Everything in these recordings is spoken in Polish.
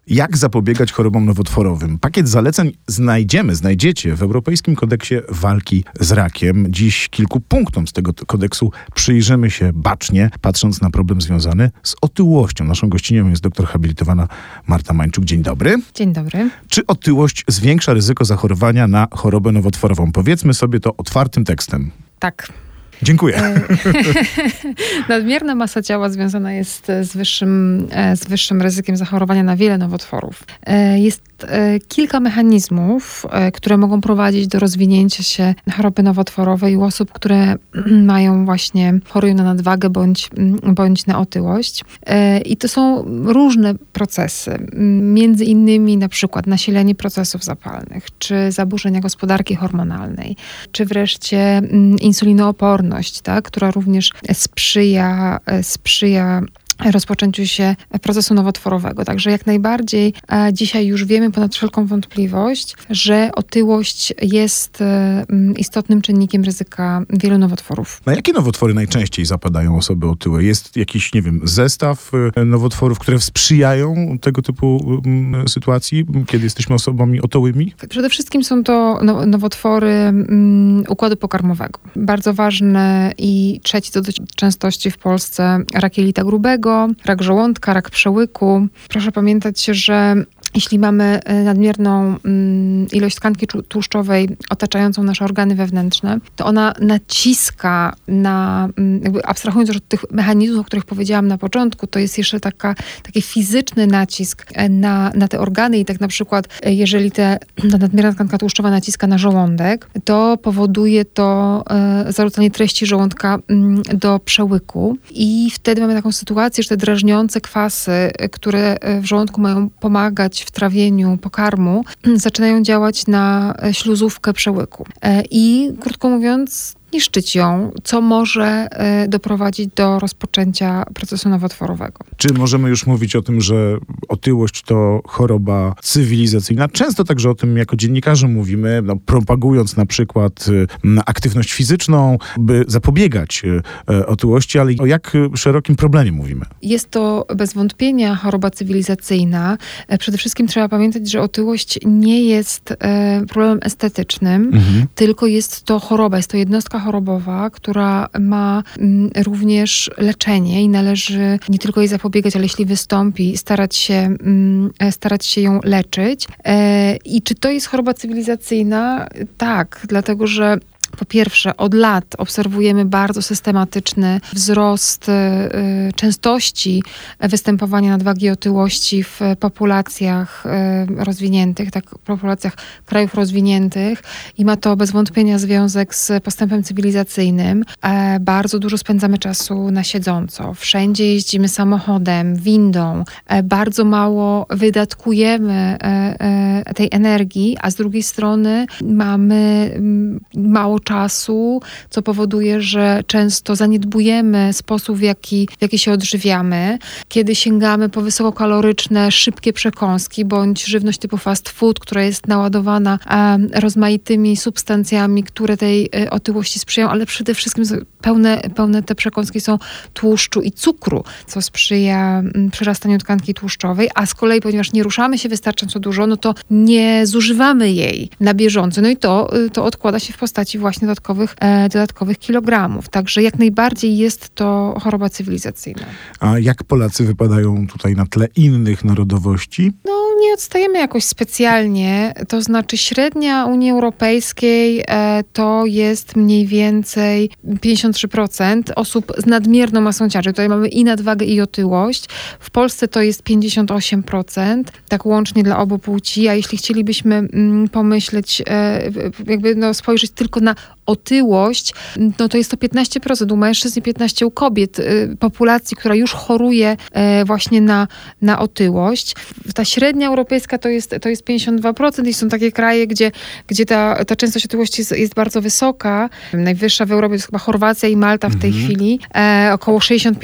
Jak zapobiegać chorobom nowotworowym? Pakiet zaleceń znajdziecie w Europejskim Kodeksie Walki z Rakiem. Dziś kilku punktom z tego kodeksu przyjrzymy się bacznie, patrząc na problem związany z otyłością. Naszą gościnią jest doktor habilitowana Marta Mańczuk. Dzień dobry. Dzień dobry. Czy otyłość zwiększa ryzyko zachorowania na chorobę nowotworową? Powiedzmy sobie to otwartym tekstem. Tak. Dziękuję. Nadmierna masa ciała związana jest z wyższym ryzykiem zachorowania na wiele nowotworów. Jest kilka mechanizmów, które mogą prowadzić do rozwinięcia się choroby nowotworowej u osób, które chorują na nadwagę bądź na otyłość. I to są różne procesy. Między innymi na przykład nasilenie procesów zapalnych, czy zaburzenia gospodarki hormonalnej, czy wreszcie insulinooporność, tak, która również sprzyja rozpoczęciu się procesu nowotworowego. Także jak najbardziej dzisiaj już wiemy ponad wszelką wątpliwość, że otyłość jest istotnym czynnikiem ryzyka wielu nowotworów. Na jakie nowotwory najczęściej zapadają osoby otyłe? Jest jakiś, zestaw nowotworów, które sprzyjają tego typu sytuacji, kiedy jesteśmy osobami otyłymi? Przede wszystkim są to nowotwory układu pokarmowego. Bardzo ważne i trzeci co do częstości w Polsce rak jelita grubego, rak żołądka, rak przełyku. Proszę pamiętać, że jeśli mamy nadmierną ilość tkanki tłuszczowej otaczającą nasze organy wewnętrzne, to ona naciska abstrahując już od tych mechanizmów, o których powiedziałam na początku, to jest jeszcze taki fizyczny nacisk na te organy i tak na przykład, jeżeli ta nadmierna tkanka tłuszczowa naciska na żołądek, to powoduje to zarzucanie treści żołądka do przełyku i wtedy mamy taką sytuację, że te drażniące kwasy, które w żołądku mają pomagać w trawieniu pokarmu, zaczynają działać na śluzówkę przełyku. I krótko mówiąc, niszczyć ją, co może doprowadzić do rozpoczęcia procesu nowotworowego. Czy możemy już mówić o tym, że otyłość to choroba cywilizacyjna? Często także o tym jako dziennikarze mówimy, propagując na przykład aktywność fizyczną, by zapobiegać otyłości, ale o jak szerokim problemie mówimy? Jest to bez wątpienia choroba cywilizacyjna. Przede wszystkim trzeba pamiętać, że otyłość nie jest problemem estetycznym, tylko jest to choroba, jest to jednostka chorobowa, która ma również leczenie i należy nie tylko jej zapobiegać, ale jeśli wystąpi, starać się ją leczyć. I czy to jest choroba cywilizacyjna? Tak, dlatego że po pierwsze, od lat obserwujemy bardzo systematyczny wzrost częstości występowania nadwagi i otyłości w populacjach rozwiniętych, populacjach krajów rozwiniętych i ma to bez wątpienia związek z postępem cywilizacyjnym. Bardzo dużo spędzamy czasu na siedząco. Wszędzie jeździmy samochodem, windą. Bardzo mało wydatkujemy tej energii, a z drugiej strony mamy mało czasu, co powoduje, że często zaniedbujemy sposób, w jaki się odżywiamy, kiedy sięgamy po wysokokaloryczne, szybkie przekąski, bądź żywność typu fast food, która jest naładowana rozmaitymi substancjami, które tej otyłości sprzyjają, ale przede wszystkim pełne te przekąski są tłuszczu i cukru, co sprzyja przyrastaniu tkanki tłuszczowej, a z kolei, ponieważ nie ruszamy się wystarczająco dużo, no to nie zużywamy jej na bieżąco. No i to odkłada się w postaci właśnie dodatkowych kilogramów. Także jak najbardziej jest to choroba cywilizacyjna. A jak Polacy wypadają tutaj na tle innych narodowości? No nie odstajemy jakoś specjalnie. To znaczy średnia Unii Europejskiej to jest mniej więcej 53% osób z nadmierną masą ciała. Tutaj mamy i nadwagę, i otyłość. W Polsce to jest 58%, tak łącznie dla obu płci. A jeśli chcielibyśmy pomyśleć, spojrzeć tylko na otyłość, no to jest to 15% u mężczyzn i 15% u kobiet. Populacji, która już choruje właśnie na otyłość. Ta średnia europejska to jest 52% i są takie kraje, gdzie ta częstość otyłości jest bardzo wysoka. Najwyższa w Europie to jest chyba Chorwacja i Malta w tej chwili. Około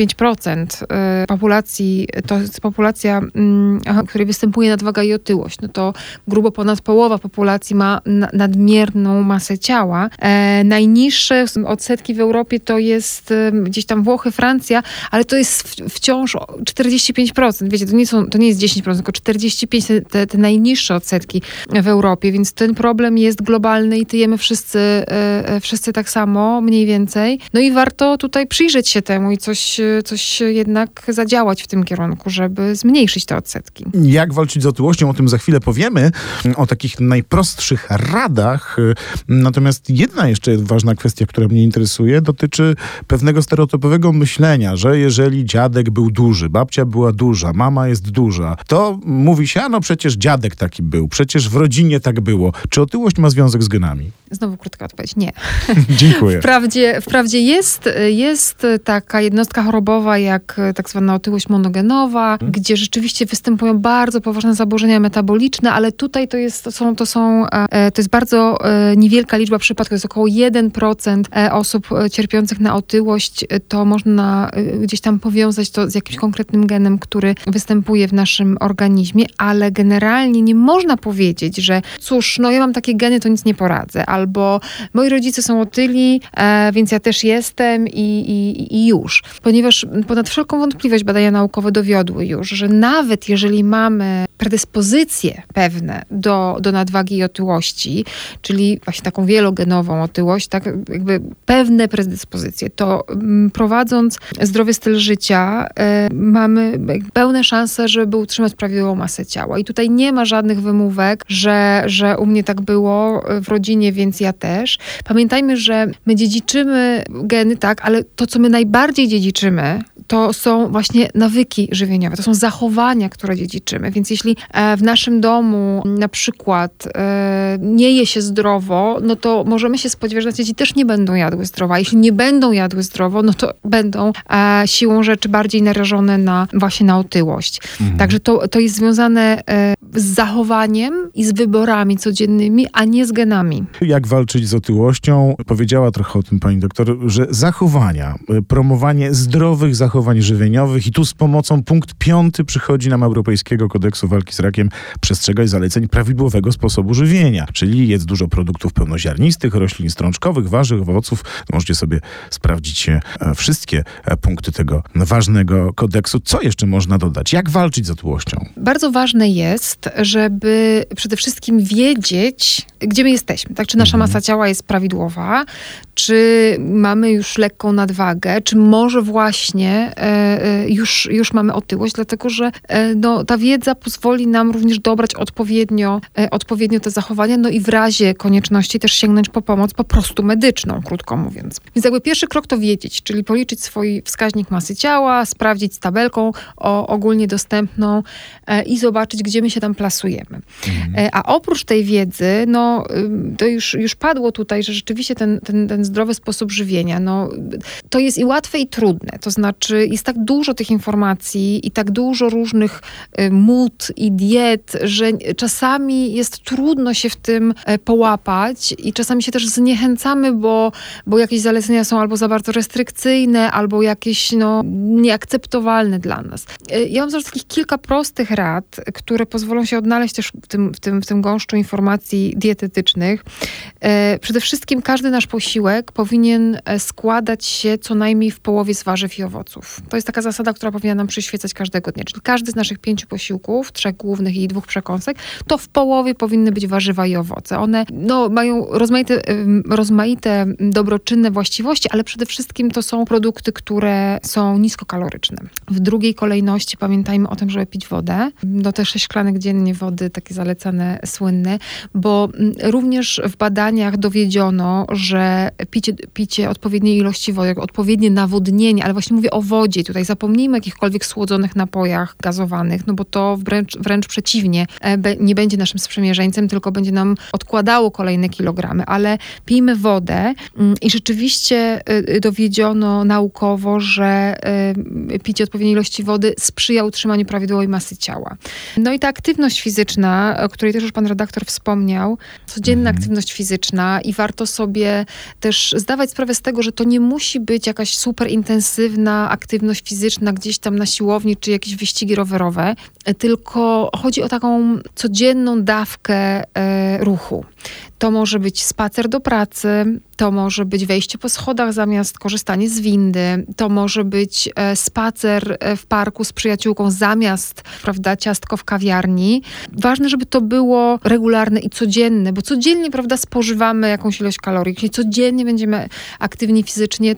65% populacji, to jest populacja, w której występuje nadwaga i otyłość. No to grubo ponad połowa populacji ma nadmierną masę ciała. Najniższe odsetki w Europie to jest gdzieś tam Włochy, Francja, ale to jest wciąż 45%. Wiecie, to nie jest 10%, tylko 45% te najniższe odsetki w Europie, więc ten problem jest globalny i tyjemy wszyscy tak samo, mniej więcej. No i warto tutaj przyjrzeć się temu i coś jednak zadziałać w tym kierunku, żeby zmniejszyć te odsetki. Jak walczyć z otyłością? O tym za chwilę powiemy, o takich najprostszych radach. Natomiast jedna jeszcze ważna kwestia, która mnie interesuje, dotyczy pewnego stereotypowego myślenia, że jeżeli dziadek był duży, babcia była duża, mama jest duża, to mówi się, no przecież dziadek taki był, przecież w rodzinie tak było. Czy otyłość ma związek z genami? Znowu krótka odpowiedź. Nie. Dziękuję. Wprawdzie jest taka jednostka chorobowa jak tak zwana otyłość monogenowa, gdzie rzeczywiście występują bardzo poważne zaburzenia metaboliczne, ale tutaj to jest bardzo niewielka liczba przypadków. To jest około 1% osób cierpiących na otyłość. To można gdzieś tam powiązać to z jakimś konkretnym genem, który występuje w naszym organizmie, ale generalnie nie można powiedzieć, że cóż, no ja mam takie geny, to nic nie poradzę. Albo moi rodzice są otyli, więc ja też jestem i już. Ponieważ ponad wszelką wątpliwość badania naukowe dowiodły już, że nawet jeżeli mamy predyspozycje pewne do nadwagi i otyłości, czyli właśnie taką wielogenową otyłość, tak jakby pewne predyspozycje, to prowadząc zdrowy styl życia mamy pełne szanse, żeby utrzymać prawidłową masę ciała. I tutaj nie ma żadnych wymówek, że u mnie tak było w rodzinie, więc ja też. Pamiętajmy, że my dziedziczymy geny, tak, ale to, co my najbardziej dziedziczymy, to są właśnie nawyki żywieniowe, to są zachowania, które dziedziczymy. Więc jeśli w naszym domu na przykład nie je się zdrowo, no to możemy się spodziewać, że dzieci też nie będą jadły zdrowo. A jeśli nie będą jadły zdrowo, no to będą siłą rzeczy bardziej narażone właśnie na otyłość. Także to jest związane z zachowaniem i z wyborami codziennymi, a nie z genami. Jak walczyć z otyłością? Powiedziała trochę o tym pani doktor, że zachowania, promowanie zdrowych zachowań żywieniowych i tu z pomocą punkt 5 przychodzi nam Europejskiego Kodeksu Walki z Rakiem przestrzegać zaleceń prawidłowego sposobu żywienia, czyli jedz dużo produktów pełnoziarnistych, roślin strączkowych, warzyw, owoców. Możecie sobie sprawdzić wszystkie punkty tego ważnego kodeksu. Co jeszcze można dodać? Jak walczyć z otyłością? Bardzo ważne jest, żeby przede wszystkim wiedzieć, gdzie my jesteśmy. Tak? Czy nasza masa ciała jest prawidłowa, czy mamy już lekką nadwagę, czy może właśnie już mamy otyłość, dlatego że ta wiedza pozwoli nam również dobrać odpowiednio te zachowania, no i w razie konieczności też sięgnąć po pomoc po prostu medyczną, krótko mówiąc. Więc jakby pierwszy krok to wiedzieć, czyli policzyć swój wskaźnik masy ciała, sprawdzić z tabelką ogólnie dostępną i zobaczyć, gdzie my się tam plasujemy. A oprócz tej wiedzy, no to już padło tutaj, że rzeczywiście ten zdrowy sposób żywienia, no to jest i łatwe, i trudne. To znaczy jest tak dużo tych informacji i tak dużo różnych mód i diet, że czasami jest trudno się w tym połapać i czasami się też zniechęcamy, bo jakieś zalecenia są albo za bardzo restrykcyjne, albo jakieś nieakceptowalne dla nas. Ja mam zaraz takich kilka prostych rad, które pozwolą się odnaleźć też w tym gąszczu informacji dietetycznych. Przede wszystkim każdy nasz posiłek powinien składać się co najmniej w połowie z warzyw i owoców. To jest taka zasada, która powinna nam przyświecać każdego dnia. Czyli każdy z naszych 5 posiłków, 3 głównych i 2 przekąsek, to w połowie powinny być warzywa i owoce. One mają rozmaite dobroczynne właściwości, ale przede wszystkim to są produkty, które są niskokaloryczne. W drugiej kolejności pamiętajmy o tym, żeby pić wodę. Te 6 szklanek dziennie wody, takie zalecane, słynne, bo również w badaniach dowiedziono, że picie odpowiedniej ilości wody, odpowiednie nawodnienie, ale właśnie mówię o wodzie. Tutaj zapomnijmy o jakichkolwiek słodzonych napojach gazowanych, no bo to wręcz przeciwnie, nie będzie naszym sprzymierzeńcem, tylko będzie nam odkładało kolejne kilogramy, ale pijmy wodę i rzeczywiście dowiedziono naukowo, że picie odpowiedniej ilości wody sprzyja utrzymaniu prawidłowej masy ciała. No i ta aktywność fizyczna, o której też już pan redaktor wspomniał, codzienna aktywność fizyczna i warto sobie też zdawać sprawę z tego, że to nie musi być jakaś super intensywna aktywność fizyczna gdzieś tam na siłowni, czy jakieś wyścigi rowerowe, tylko chodzi o taką codzienną dawkę ruchu. To może być spacer do pracy, to może być wejście po schodach zamiast korzystanie z windy, to może być spacer w parku z przyjaciółką zamiast, prawda, ciastko w kawiarni. Ważne, żeby to było regularne i codzienne, bo codziennie, prawda, spożywamy jakąś ilość kalorii. Jeśli codziennie będziemy aktywni fizycznie,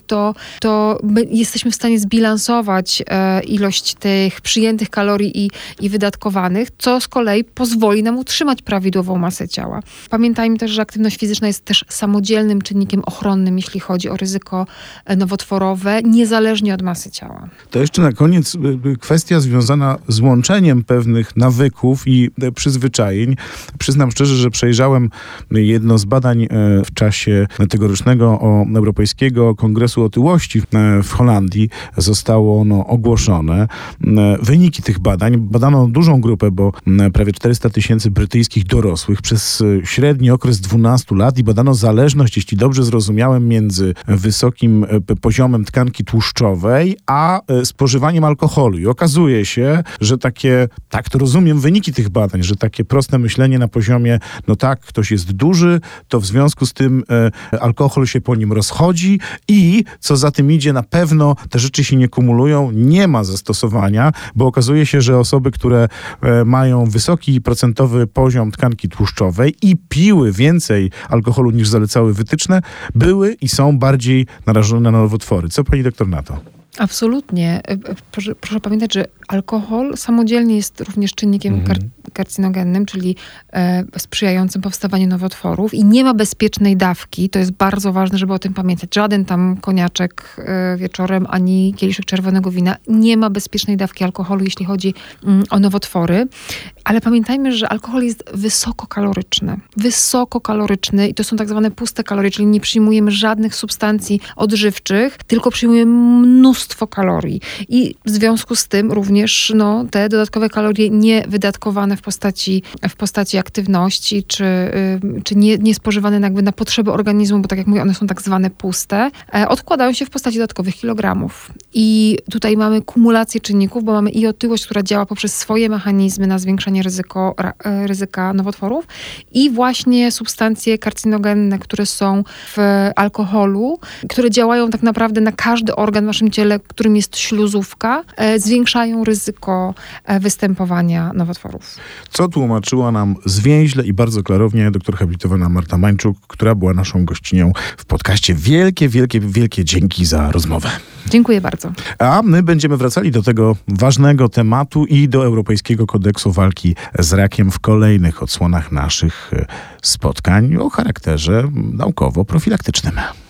to jesteśmy w stanie zbilansować ilość tych przyjętych kalorii i wydatkowanych, co z kolei pozwoli nam utrzymać prawidłową masę ciała. Pamiętajmy też, że aktywność fizyczna jest też samodzielnym czynnikiem ochronnym, jeśli chodzi o ryzyko nowotworowe, niezależnie od masy ciała. To jeszcze na koniec kwestia związana z łączeniem pewnych nawyków i przyzwyczajeń. Przyznam szczerze, że przejrzałem jedno z badań w czasie tegorocznego Europejskiego Kongresu Otyłości w Holandii. Zostało ono ogłoszone. Wyniki tych badań, badano dużą grupę, bo prawie 400 000 brytyjskich dorosłych przez średni okres 12 lat i badano zależność, jeśli dobrze zrozumiałem, między wysokim poziomem tkanki tłuszczowej a spożywaniem alkoholu. I okazuje się, że tak to rozumiem wyniki tych badań, że takie proste myślenie na poziomie, no tak, ktoś jest duży, to w związku z tym alkohol się po nim rozchodzi i co za tym idzie, na pewno te rzeczy się nie kumulują, nie ma zastosowania, bo okazuje się, że osoby, które mają wysoki procentowy poziom tkanki tłuszczowej i piły więcej alkoholu niż zalecały wytyczne, były i są bardziej narażone na nowotwory. Co pani doktor na to? Absolutnie. Proszę pamiętać, że alkohol samodzielnie jest również czynnikiem karcinogennym, czyli sprzyjającym powstawaniu nowotworów i nie ma bezpiecznej dawki. To jest bardzo ważne, żeby o tym pamiętać. Żaden tam koniaczek wieczorem, ani kieliszek czerwonego wina. Nie ma bezpiecznej dawki alkoholu, jeśli chodzi o nowotwory. Ale pamiętajmy, że alkohol jest wysokokaloryczny. Wysokokaloryczny i to są tak zwane puste kalorie, czyli nie przyjmujemy żadnych substancji odżywczych, tylko przyjmujemy mnóstwo kalorii. I w związku z tym również te dodatkowe kalorie niewydatkowane w postaci aktywności, czy nie spożywane jakby na potrzeby organizmu, bo tak jak mówię, one są tak zwane puste, odkładają się w postaci dodatkowych kilogramów. I tutaj mamy kumulację czynników, bo mamy i otyłość, która działa poprzez swoje mechanizmy na zwiększenie ryzyka nowotworów i właśnie substancje karcinogenne, które są w alkoholu, które działają tak naprawdę na każdy organ w naszym ciele, którym jest śluzówka, zwiększają ryzyko występowania nowotworów. Co tłumaczyła nam zwięźle i bardzo klarownie doktor habilitowana Marta Mańczuk, która była naszą gościnią w podcaście. Wielkie, wielkie, wielkie dzięki za rozmowę. Dziękuję bardzo. A my będziemy wracali do tego ważnego tematu i do Europejskiego Kodeksu Walki z Rakiem w kolejnych odsłonach naszych spotkań o charakterze naukowo-profilaktycznym.